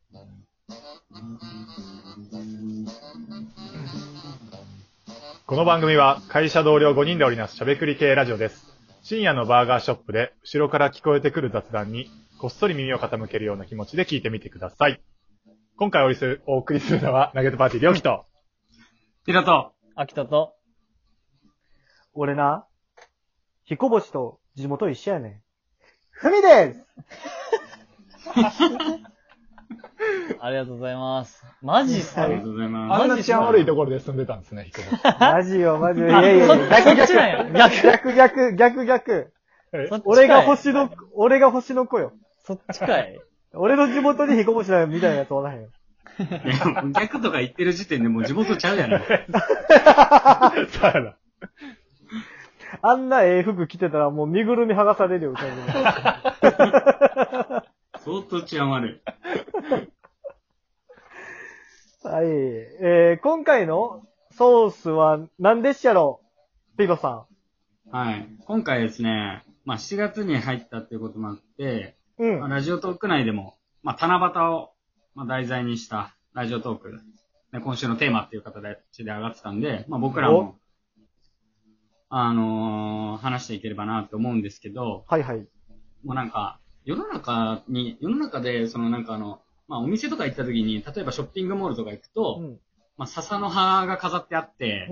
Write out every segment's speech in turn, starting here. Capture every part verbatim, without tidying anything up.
この番組は会社同僚ごにんで織りなすしゃべくり系ラジオです。深夜のバーガーショップで後ろから聞こえてくる雑談にこっそり耳を傾けるような気持ちで聞いてみてください。今回お送りするのはナゲットパーティーりょうきとピロと秋田と俺な、彦星と地元一緒やねん。ふみですありがとうございます。マジっすか？ ありがとうございます。 あんな治安悪いところで住んでたんですね、彦星。 マジよ、マジよ。いやいや、逆逆逆逆逆逆。俺が星の、俺が星の子よ。 そっちかい。 俺の地元に彦星だよみたいなやつおらへんよ。 いや、逆とか言ってる時点でもう地元ちゃうやん。 そうやな。 あんなええ服着てたらもう身ぐるみ剥がされるよ、歌い相当治安悪い。 はい。えー、今回のソースは何でっしゃろうピロさん。はい。今回ですね、まあしちがつに入ったっていうこともあって、 ん。うん。 まあ、ラジオトーク内でも、まあ七夕を、まあ、題材にしたラジオトーク、ね、今週のテーマっていう形で上がってたんで、まあ僕らも、あのー、話していければなって思うんですけど、 はいはい。 もうなんか、世の中に、世の中で、そのなんかあの、まあお店とか行った時に、例えばショッピングモールとか行くと、うん、まあ笹の葉が飾ってあって、うん、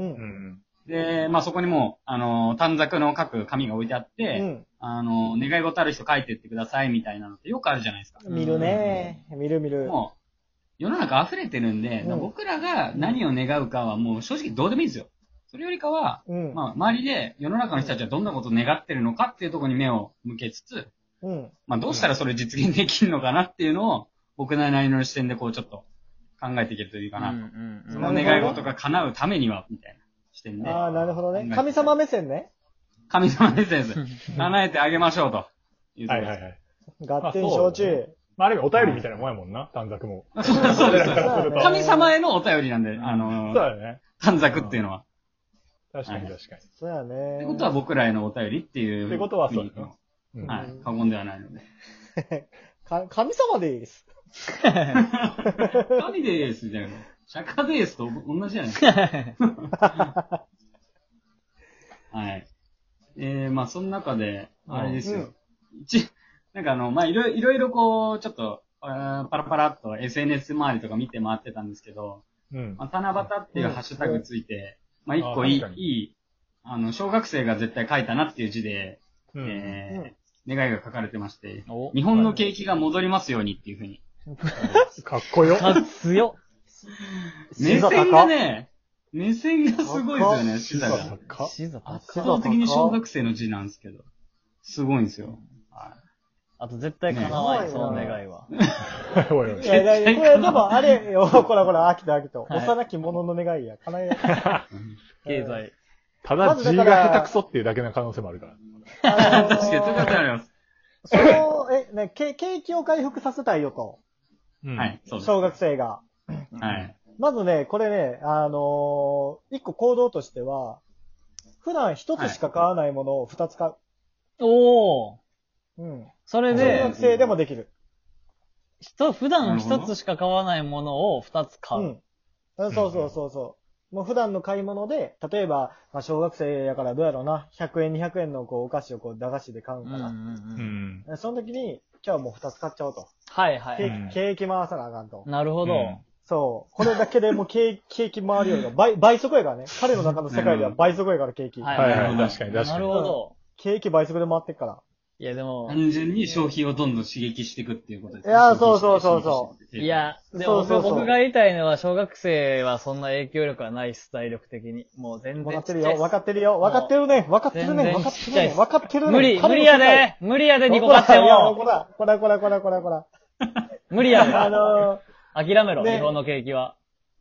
で、まあそこにも、あの、短冊の書く紙が置いてあって、うん、あの、願い事ある人書いてってくださいみたいなのってよくあるじゃないですか。 見るね、うん、見る見る。 もう、世の中溢れてるんで、うん、僕らが何を願うかはもう正直どうでもいいんですよ。それよりかは、うん、まあ周りで世の中の人たちはどんなことを願ってるのかっていうところに目を向けつつ、うん、まあどうしたらそれ実現できるのかなっていうのを、僕なりの視点でこうちょっと考えていけるといいかなと。うんうんうん、その願い事が叶うためには、みたいな視点で。 ああ、なるほどね。神様目線ね。 神様目線です。叶えてあげましょうと。 はいはいはい。 合点承知。 まあある意味お便りみたいなもんやもんな、短冊も。 そうです、そうです。神様へのお便りなんで、あのー、 そうだね。 短冊っていうのは。 確かに確かに。 そうやね。 ってことは僕らへのお便りっていう。 ってことはそうだね。 はい。過言ではないので。 か、神様でーす。 神でーすじゃん。釈迦でーすと同じじゃないですか。はい。えー、まあその中で、あれですよ。うん、一、なんかあの、まあいろいろいろこう、ちょっと、パラパラっと エスエヌエス 周りとか見て回ってたんですけど、うん、まあ、七夕っていうハッシュタグついて、うん、まあ一個いい、いい、あの、小学生が絶対書いたなっていう字で、うん、えー、願いが書かれてまして、日本の景気が戻りますようにっていうふうに。 かっこよ。 かっ強。 目線がね、目線がすごいですよね、視座が。 視座圧倒的に小学生の字なんですけど、すごいんですよ。はい。 あと絶対叶わない、その願いは。 いやいや、これでもあれよ、こらこら、秋と秋と。幼き者の願いや、叶えない。 経済。 ただ字が下手くそっていうだけの可能性もあるから。 確かに、そういうことあります。 その、え、ね、景気を回復させたいよと。 はい、そうです。 小学生が。 はい。 まずね、これね、あのー、一個行動としては、普段一つしか買わないものを二つ買う。 おー。 うん。 それで、 小学生でもできる。 人、普段一つしか買わないものを二つ買う。 うん。そうそうそうそう。もう普段の買い物で、例えば、まあ、小学生やからどうやろうな、ひゃくえん、にひゃくえんのこうお菓子をこう駄菓子で買うんかな。うんうんうん、その時に、今日はもう二つ買っちゃおうと。 はいはい。 景気回さなあかんと。 なるほど。うん、 そう。これだけでもう景気回るより倍、倍速やからね。彼の中の世界では倍速やから景気。 はいはいはい。確かに確かに。 なるほど。 景気倍速で回ってっから。 いやでも。 単純に消費をどんどん刺激していくっていうことですね。いや、そうそうそうそう。 いや、でも僕が言いたいのは、小学生はそんな影響力はないっす、体力的に。もう全然。 分かってるよ、分かってるよ、分かってるね、分かってるね、分かってるね、分かってるね。 無理、無理やで無理やでにこ買っても。 こら、こら、こら、こら、こら、こら。 無理やで。 あのー、諦めろ、日本の景気は。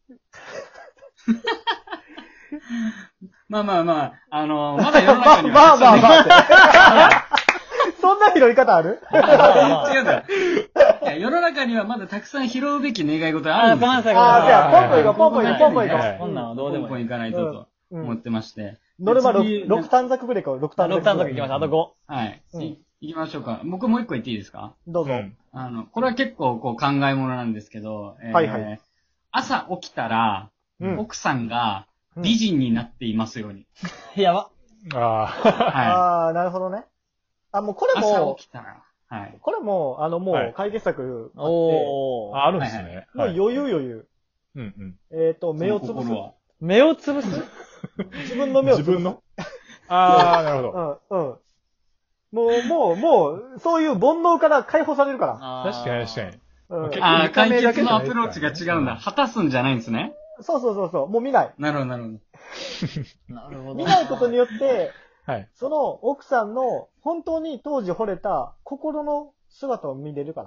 まあまあまあ、あのー、まだ世の中には。 まあまあまあ。そんな拾い方ある違うんだよ。いや、世の中にはまだたくさん拾うべき願い事があるんですよ。 ああ、 ああ、じゃあ、ポンポン行こう、ポンポン行こう、ポンポン行こう。 こんなんはどうでもいい。 ポンポン行かないとと思ってまして。 ノルマろく短冊ぐらいか、ろく短冊。 ろく短冊行きましょう、あとご。 はい。行きましょうか。僕もう一個言っていいですか？ どうぞ。 あの、これは結構こう考え物なんですけど、えー、 はいはい。 朝起きたら、うん、奥さんが美人になっていますように。 うん、やば。 ああ。 はい。ああ、なるほどね。あ、もうこれも、 朝起きたら。はい。 これも、あの、もう解決策あって、 おあ、あるんですね。 もう余裕余裕。 うんうん。 えっと、目をつぶす。 目をつぶす自分の目をつぶす。 自分のああ、なるほど。 うん、うん。もう、もう、もう、そういう煩悩から解放されるから。 確かに確かに。 うん、ああ、解決のアプローチが違うんだ。果たすんじゃないんですね。 そうそうそうそう。もう見ない。 なるほど、なるほど。なるほど。 見ないことによって、 はい。 その奥さんの本当に当時惚れた心の姿を見れるから。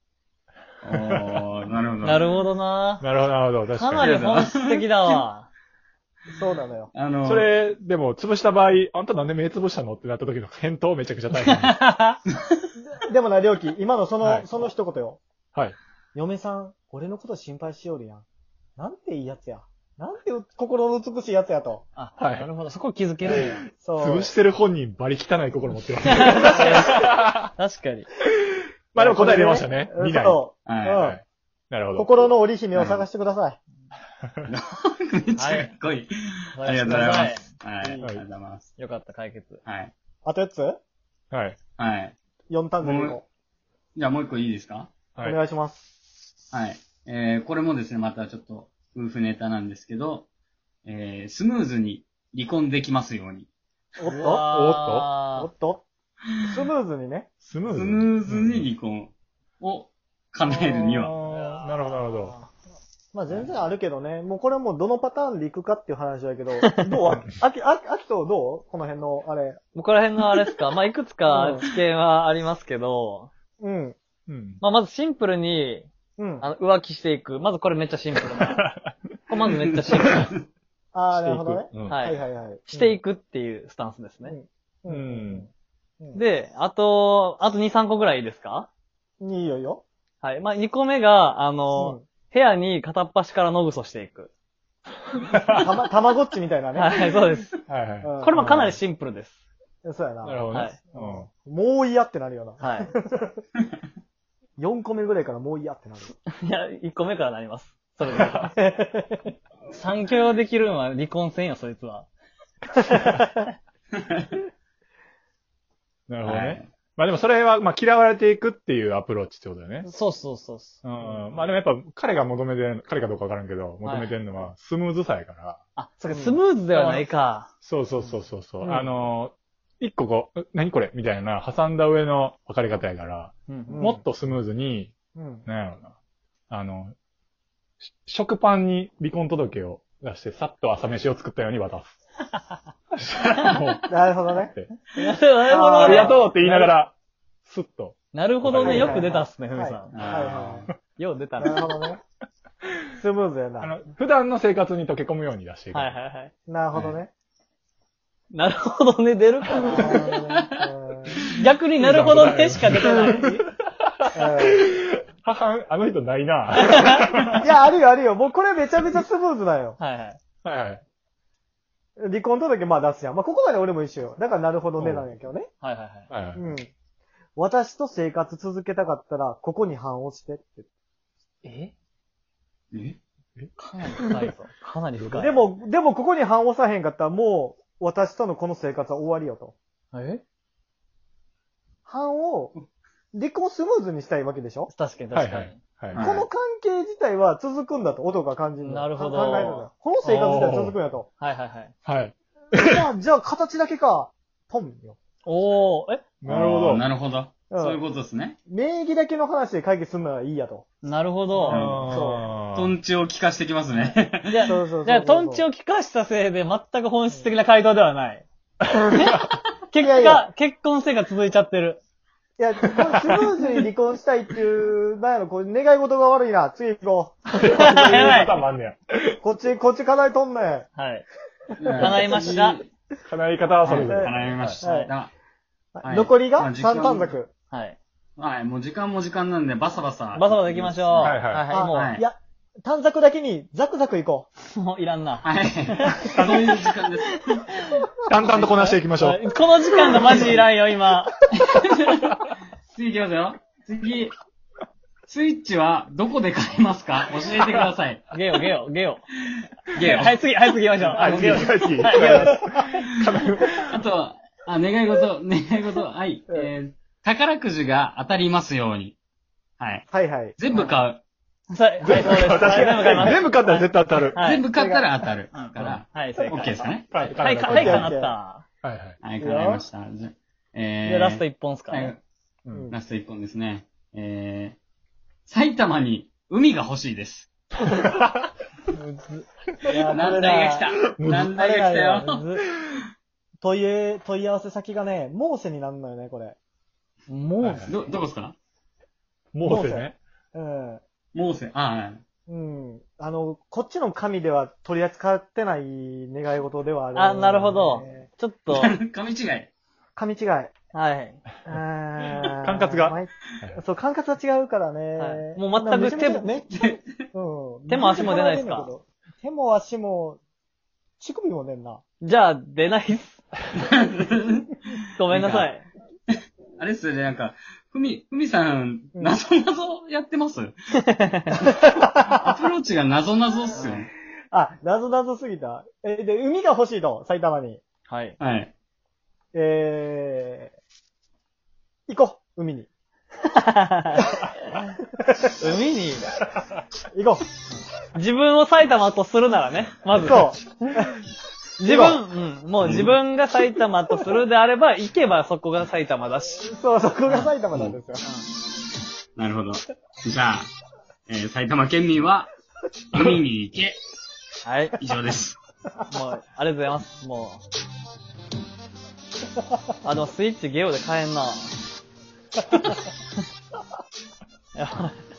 おー、なるほど。 なるほどな。 なるほど、なるほど。確かに。 かなり本質的だわ。 そうなのよ。 あのー、それ、でも、潰した場合、あんたなんで目潰したのってなった時の返答めちゃくちゃ大変。 でもな、りょうき、今のその、 はい、 その一言よ。 はい。 嫁さん、俺のこと心配しよるやん。なんていいやつや。なんて心の美しいやつやと。 あ、はい。なるほど。そこ気づけるんや。 そう。 潰してる本人、バリ汚い心持ってます。 確かに。 まあでも答え出ましたね。見ない。 そう。 はい、はい。なるほど。 心の織姫を探してください。 めっちゃかっこいい。ありがとうございます。はい。ありがとうございます。 よかった、解決。 はい。 あとよっつはい。 はい。 よん単語の。 じゃあもう一個いいですか？ はい。お願いします。 はい。えー、これもですね、またちょっと、夫婦ネタなんですけど、えー、スムーズに離婚できますように。 おっとおっとおっとスムーズにね。 スムーズに。 スムーズに離婚を叶えるには。 なるほど、なるほど。 まあ全然あるけどね。もうこれもどのパターンでいくかっていう話だけど、どうあき、あきとどうこの辺のあれ。 ここら辺のあれですかまあいくつか知見はありますけど、 うん。 うん。まあまずシンプルに、うん。あの、浮気していく。まずこれめっちゃシンプルな。これまずめっちゃシンプル。 ああ、なるほどね。 うん、はい。はいはいはい。していくっていうスタンスですね。 うん。 うん、で、あと、あとに、さんこぐらいいいですか？ いいよよ。 はい。まあ、にこめが、あの、うん、部屋に片っ端から野ぐそしていく。 たま、たまごっちみたいなね。 はい、そうです。 はいはい。 これもかなりシンプルです。 そうやな。 なるほどね。 はい。 うん、もう嫌ってなるよな。 はい。 よんこめぐらいからもう嫌ってなる。 いや、いっこめからなります。それで。産教できるのは離婚せんよ、そいつは。 なるほどね。はい、まあでもそれは、まあ嫌われていくっていうアプローチってことだよね。 そうそうそう。 うん。まあでもやっぱ彼が求めてる、彼かどうかわからんけど、求めてるのはスムーズさやから。はい、 あ、それスムーズではないか。 そうそうそうそうそう、うん。あの、一個こう、何これみたいな挟んだ上の別れ方やから、うんうん、もっとスムーズに、うん、なんやろうな。あの、食パンに離婚届を出して、さっと朝飯を作ったように渡す。 なるほどね。 なるほどね。 ありがとうって言いながら、スッと。 なるほどね。よく出たっすね、ふみさん。 はいはい。 よう出たね。なるほどね。スムーズやな。 あの、普段の生活に溶け込むように出していく。 はいはいはい。 なるほどね。 なるほどね、出るかな。逆になるほどねしか出てない。 母、あの人ないな。 いや、あるよあるよ。もうこれめちゃめちゃスムーズだよ。 はいはい。 はいはい。 離婚届まあ出すやん。まあここまで俺も一緒よ。だからなるほどねなんやけどね。 はいはいはい。はいはい、うん。 私と生活続けたかったら、ここに判をしてって。 えええかなり深いぞ。かなり深い。 でも、でもここに判をさへんかったらもう、私とのこの生活は終わりよと。 え判を、離婚スムーズにしたいわけでしょ？ 確かに確かに。 はいはいはい、 この関係自体は続くんだと、男が感じるの。 なるほど。 考えるんだ。この生活自体は続くんだと。 はいはいはい。 はい。 じゃあ、じゃあ形だけか。トンよ。 おー、えなるほど。 なるほど。そういうことですね。 名義だけの話で解決するのはいいやと。 なるほど。 そう。トンチを聞かしてきますね。 じゃあ、そうそうそうそうじゃあトンチを聞かしたせいで全く本質的な回答ではない。結果、いやいや結婚生活続いちゃってる。 いや、これスムーズに離婚したいっていう、なんやろ、これ願い事が悪いな。次行こう。 やばい。 こっち、こっち叶えとんねん。 はい。叶いました。 叶い方はそれぞれ。 叶いました。はいはい、残りがさん短冊。 はい。 はい、もう時間も時間なんで、バサバサ。 バサバサ行きましょう。 はいはい。 はい、もう。 いや、短冊だけにザクザク行こう。もういらんな。 はい。そういう時間です。 淡々とこなしていきましょう。 この時間がマジいらんよ、今。 次行きますよ。次。 スイッチはどこで買えますか？教えてください。 ゲオ、ゲオ、ゲオ。 ゲオ。 はい、次、はい、次行きましょう。 はい、次、 ゲオ。 はい、次。 はい、ゲオです。 あとは、あ、願い事、願い事、はい。えー、宝くじが当たりますように。はい。 はいはい。 全部買う。 さはい、そうです。はい、全部買います。 全部買ったら絶対当たる。 はい全部買ったら当たる。 うんから、 はい、正解。 オッケーですかね。 はい、 はい、か、 は、 はいい、 オッケーかなった。 はい、はい。 はい、叶いました。じゃえー、 で、ラスト一本っすかはいね。 うんラスト一本ですね。えー、埼玉に海が欲しいです。 いや難題が来た。難題が来たよ。 むず問いえ、問い合わせ先がね、モーセになるのよね、これ。 もう、 ど、どこですか？ もうせね。 うん。 モーセ。あ、はい。 うん。あの、こっちの神では取り扱ってない願い事ではある、 あ、なるほど。ちょっと、 神違い。 神違い。 はい。 管管轄が。 そう、管轄が違うからね。 はいもう全く手もめっちゃ、うん。 手も足も出ないっすか？ 手も足も、乳首も出んな。 じゃあ、出ないっす。ごめんなさい。 あれっすよね、なんか、ふみ、ふみさん、なぞなぞやってますアプローチがなぞなぞっすよね。 あ、なぞなぞすぎた。え、で、海が欲しいと、埼玉に。 はい。 はい。 えー、行こう、海に。 海に、 行こ自分を埼玉とするならね、まう。 ず。 そう。 自分、うん、もう自分が埼玉とするであれば、行けばそこが埼玉だし。 そう、そこが埼玉なんですよ。 なるほど。じゃあ、えー、埼玉県民は、海に行け。 はい。 以上です。 もう、ありがとうございます。もう。あ、でもスイッチゲオで買えんな。やばい。